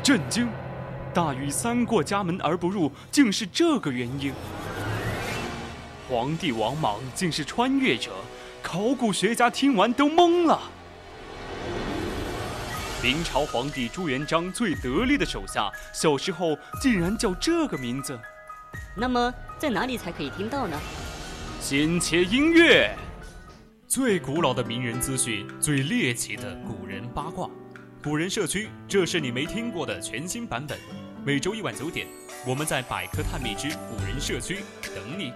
震惊！大禹三过家门而不入，竟是这个原因。皇帝王莽竟是穿越者，考古学家听完都懵了。明朝皇帝朱元璋最得力的手下，小时候竟然叫这个名字。 那么在哪里才可以听到呢？ 先切音乐，最古老的名人资讯，最猎奇的古人八卦，古人社区，这是你没听过的全新版本。每周一晚9点，我们在百科探秘之古人社区等你。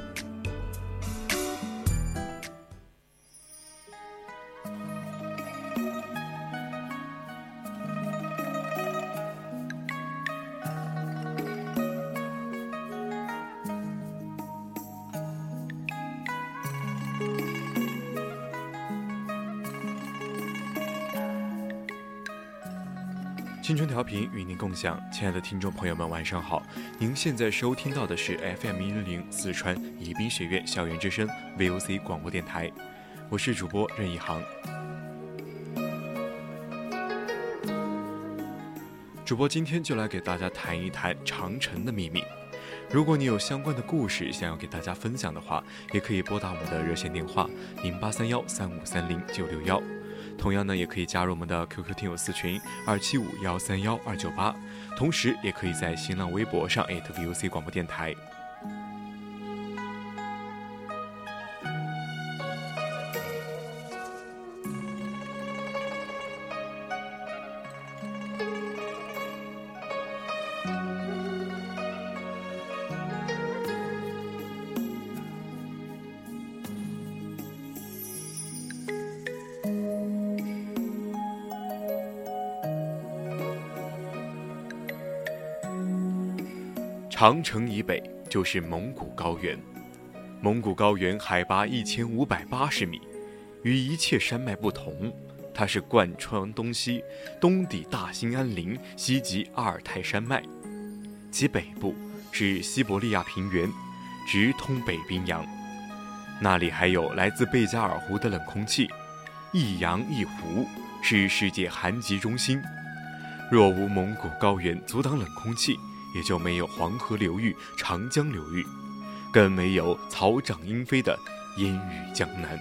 青春调频与您共享，亲爱的听众朋友们，晚上好！您现在收听到的是 FM110四川宜宾学院校园之声 VOC 广播电台，我是主播任一航。主播今天就来给大家谈一谈长城的秘密。如果你有相关的故事想要给大家分享的话，也可以拨打我们的热线电话08313530-961。同样呢，也可以加入我们的 QQ 听友私群2751312998，同时也可以在新浪微博上@VOC 广播电台。长城以北就是蒙古高原，蒙古高原海拔1580米，与一切山脉不同，它是贯穿东西，东抵大兴安岭，西及阿尔泰山脉，其北部是西伯利亚平原，直通北冰洋。那里还有来自贝加尔湖的冷空气，一洋一湖，是世界寒极中心。若无蒙古高原阻挡冷空气，也就没有黄河流域、长江流域，更没有草长莺飞的烟雨江南。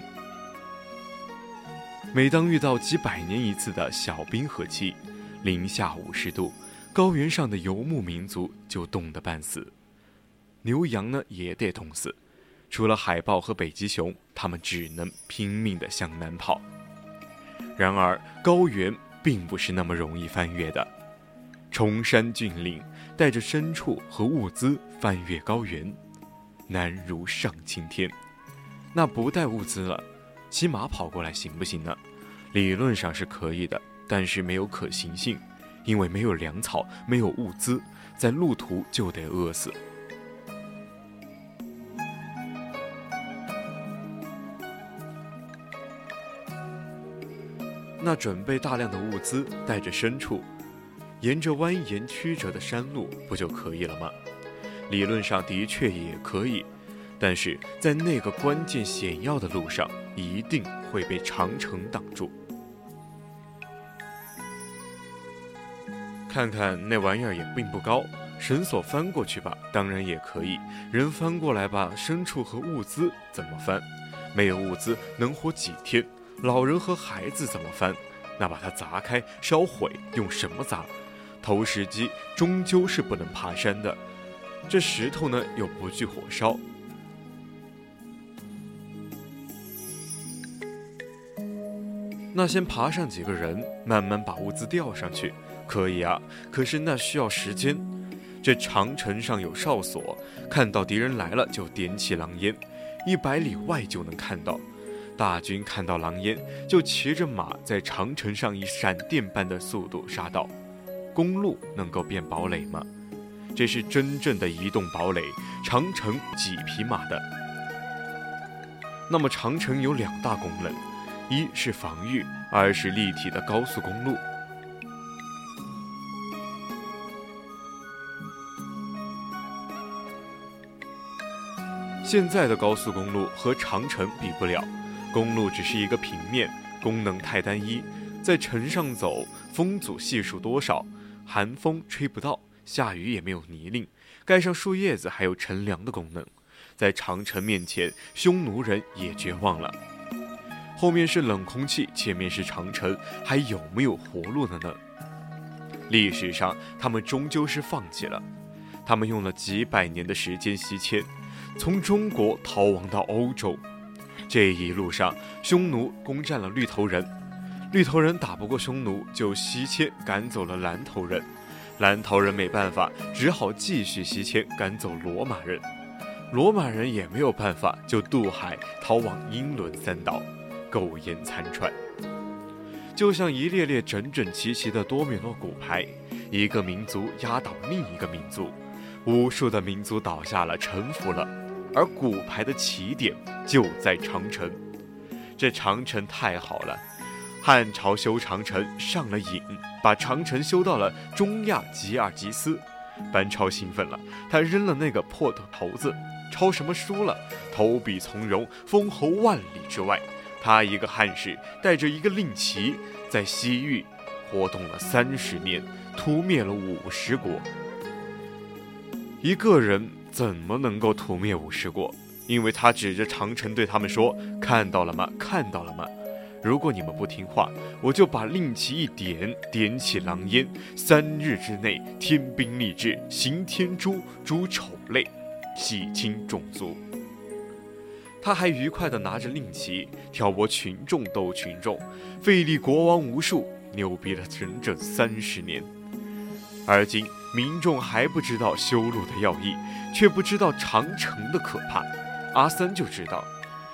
每当遇到几百年一次的小冰河期，零下50度，高原上的游牧民族就冻得半死，牛羊呢也得冻死。除了海豹和北极熊，它们只能拼命地向南跑。然而，高原并不是那么容易翻越的。崇山峻岭带着牲畜和物资翻越高原，难如上青天。那不带物资了，骑马跑过来行不行呢？理论上是可以的，但是没有可行性，因为没有粮草，没有物资，在路途就得饿死。那准备大量的物资，带着牲畜，沿着蜿蜒曲折的山路不就可以了吗？理论上的确也可以，但是在那个关键险要的路上，一定会被长城挡住。看看那玩意儿也并不高，绳索翻过去吧，当然也可以。人翻过来吧，牲畜和物资怎么翻？没有物资能活几天？老人和孩子怎么翻？那把它砸开烧毁，用什么砸？投石机终究是不能爬山的，这石头呢又不惧火烧。那先爬上几个人，慢慢把物资吊上去，可以啊，可是那需要时间。这长城上有哨所，看到敌人来了就点起狼烟，100里外就能看到。大军看到狼烟，就骑着马在长城上以闪电般的速度杀到。公路能够变堡垒吗？这是真正的移动堡垒，长城几匹马的。那么长城有2大功能，一是防御，二是立体的高速公路。现在的高速公路和长城比不了，公路只是一个平面，功能太单一，在城上走，风阻系数多少， 寒风吹不到，下雨也没有泥泞，盖上树叶子还有乘凉的功能。在长城面前，匈奴人也绝望了。后面是冷空气，前面是长城，还有没有活路了呢？历史上，他们终究是放弃了。他们用了几百年的时间西迁，从中国逃亡到欧洲。这一路上，匈奴攻占了绿头人，绿头人打不过匈奴，就西迁赶走了蓝头人，蓝头人没办法，只好继续西迁赶走罗马人，罗马人也没有办法，就渡海逃往英伦三岛，苟延残喘。就像一列列整整齐齐的多米诺骨牌，一个民族压倒另一个民族，无数的民族倒下了，臣服了，而骨牌的起点就在长城。这长城太好了，汉朝修长城上了瘾，把长城修到了中亚吉尔吉斯。班超兴奋了，他扔了那个破头子，抄什么书了？投笔从戎，封侯万里之外。他一个汉士带着一个令旗，在西域活动了30年，屠灭了50国。一个人怎么能够屠灭50国？因为他指着长城对他们说：“看到了吗？看到了吗？如果你们不听话，我就把令旗一点，点起狼烟，3日之内天兵立志，行天诛，诛丑类，洗清种族。”他还愉快地拿着令旗挑拨群众斗群众，废立国王无数，牛逼了整整30年。而今民众还不知道修路的要义，却不知道长城的可怕。阿三就知道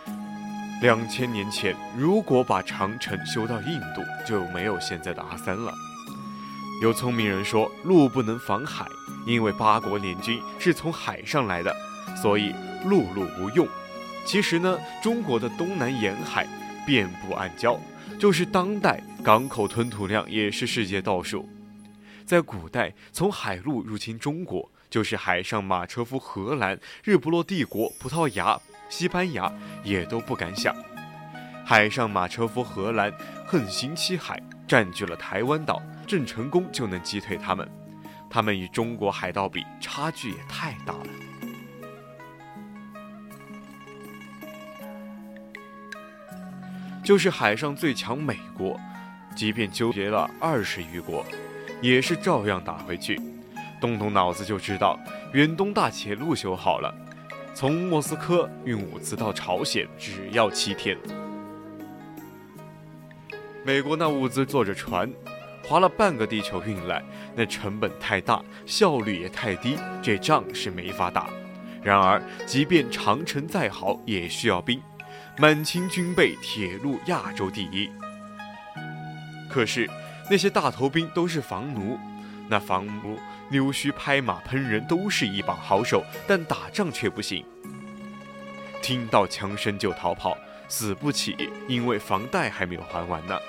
，2000年前如果把长城修到印度，就没有现在的阿三了。有聪明人说，路不能防海，因为8国联军是从海上来的，所以陆路无用。其实呢，中国的东南沿海遍布暗礁，就是当代港口吞吐量也是世界倒数。在古代，从海路入侵中国，就是海上马车夫荷兰、日不落帝国、葡萄牙、西班牙也都不敢想。海上马车夫荷兰横行七海，占据了台湾岛，郑成功就能击退他们。他们与中国海盗比，差距也太大了。就是海上最强美国，即便纠结了20余国，也是照样打回去。动动脑子就知道，远东大铁路修好了，从莫斯科运物资到朝鲜只要7天。美国那物资坐着船，划了半个地球运来，那成本太大，效率也太低，这仗是没法打。然而，即便长城再好，也需要兵。满清军备铁路亚洲第一，可是那些大头兵都是房奴，那房奴溜须拍马喷人都是一把好手，但打仗却不行。听到枪声就逃跑，死不起，因为房贷还没有还完呢。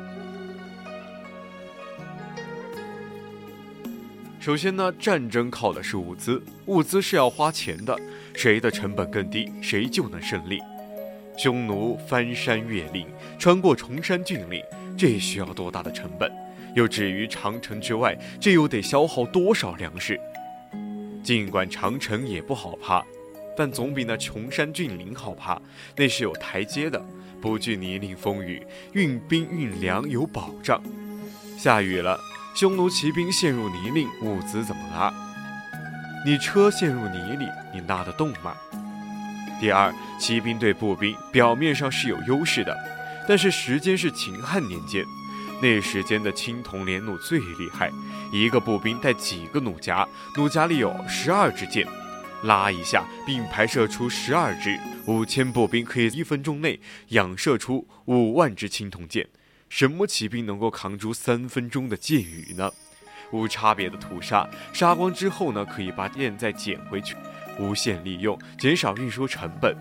首先呢，战争靠的是物资，物资是要花钱的，谁的成本更低，谁就能胜利。匈奴翻山越岭，穿过崇山峻岭，这需要多大的成本？又置于长城之外，这又得消耗多少粮食？尽管长城也不好爬，但总比那崇山峻岭好爬，那是有台阶的，不惧泥泞风雨，运兵运粮有保障。下雨了，匈奴骑兵陷入泥泞，物资怎么拉？你车陷入泥里，你拉得动吗？第二，骑兵对步兵表面上是有优势的，但是时间是秦汉年间，那时间的青铜连弩最厉害，一个步兵带几个弩夹，弩夹里有12支箭，拉一下并排射出12支，5000步兵可以1分钟内养射出5万支青铜箭。什么骑兵能够扛住3分钟的箭雨呢？无差别的屠杀，杀光之后呢，可以把箭再捡回去，无限利用，减少运输成本。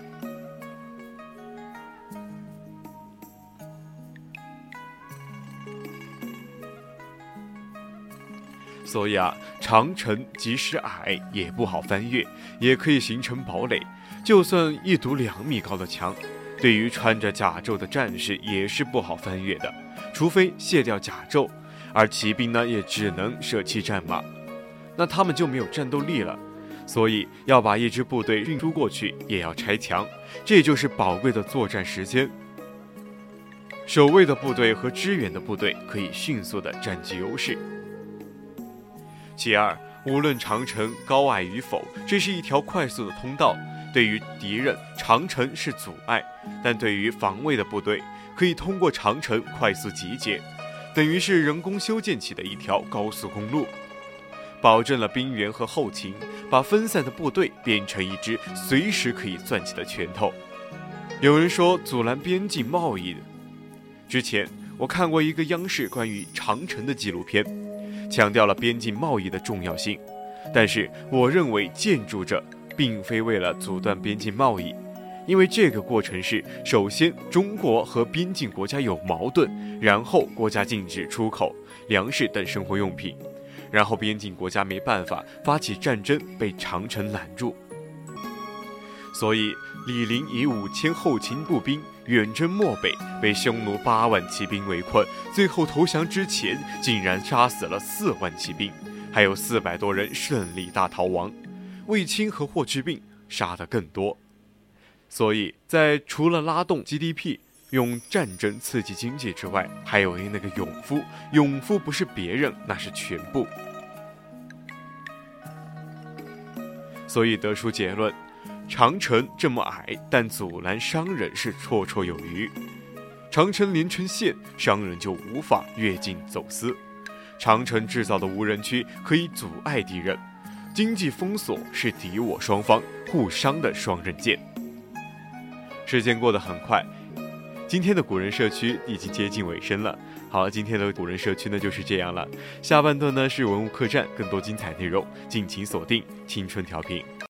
所以啊，长城即使矮也不好翻越，也可以形成堡垒。就算一堵2米高的墙，对于穿着甲胄的战士也是不好翻越的，除非卸掉甲胄。 而骑兵呢也只能舍弃战马，那他们就没有战斗力了。所以要把一支部队运输过去，也要拆墙，这就是宝贵的作战时间。守卫的部队和支援的部队可以迅速的占据优势。其二，无论长城高矮与否，这是一条快速的通道。对于敌人，长城是阻碍，但对于防卫的部队，可以通过长城快速集结，等于是人工修建起的一条高速公路，保证了兵源和后勤，把分散的部队变成一支随时可以攥起的拳头。有人说阻拦边境贸易，之前我看过一个央视关于长城的纪录片，强调了边境贸易的重要性。但是我认为建筑者并非为了阻断边境贸易，因为这个过程是首先中国和边境国家有矛盾，然后国家禁止出口粮食等生活用品，然后边境国家没办法发起战争，被长城拦住。所以李陵以5000后勤步兵远征漠北，被匈奴8万骑兵围困，最后投降之前竟然杀死了4万骑兵，还有400多人顺利大逃亡。卫青和霍去病杀得更多。所以在除了拉动 GDP 用战争刺激经济之外，还有那个勇夫，勇夫不是别人，那是全部。所以得出结论，长城这么矮，但阻拦商人是绰绰有余。长城连成线，商人就无法越境走私。长城制造的无人区可以阻碍敌人，经济封锁是敌我双方互伤的双刃剑。时间过得很快，今天的古人社区已经接近尾声了。好，今天的古人社区呢就是这样了。下半段呢是文物客栈，更多精彩内容敬请锁定青春调频。